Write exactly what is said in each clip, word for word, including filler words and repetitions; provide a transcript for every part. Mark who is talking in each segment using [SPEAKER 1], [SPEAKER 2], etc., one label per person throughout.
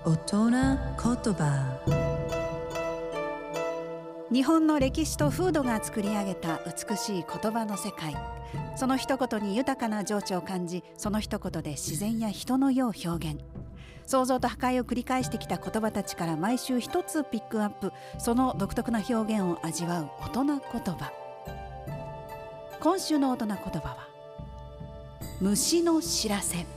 [SPEAKER 1] 大人言葉。
[SPEAKER 2] 日本の歴史と風土が作り上げた美しい言葉の世界。その一言に豊かな情緒を感じ、その一言で自然や人の世を表現。創造と破壊を繰り返してきた言葉たちから毎週一つピックアップ、その独特な表現を味わう大人言葉。今週の大人言葉は虫の知らせ。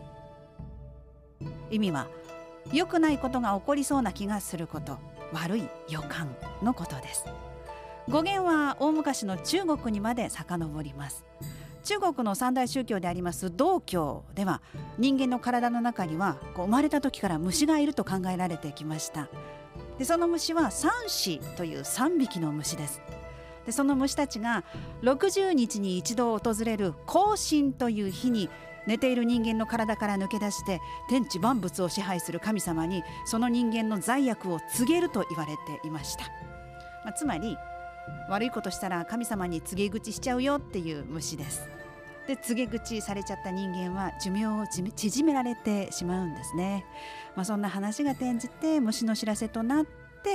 [SPEAKER 2] 意味は良くないことが起こりそうな気がすること、悪い予感のことです。語源は大昔の中国にまで遡ります。中国の三大宗教であります道教では、人間の体の中にはこう生まれた時から虫がいると考えられてきました。でその虫は三子というさんびきの虫です。でその虫たちがろくじゅうにちに一度訪れる庚申という日に、寝ている人間の体から抜け出して天地万物を支配する神様にその人間の罪悪を告げると言われていました。まあ、つまり悪いことしたら神様に告げ口しちゃうよっていう虫です。で告げ口されちゃった人間は寿命を縮められてしまうんですね。まあ、そんな話が転じて虫の知らせとなって、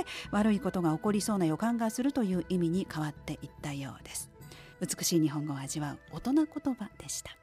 [SPEAKER 2] 悪いことが起こりそうな予感がするという意味に変わっていったようです。美しい日本語を味わう大人言葉でした。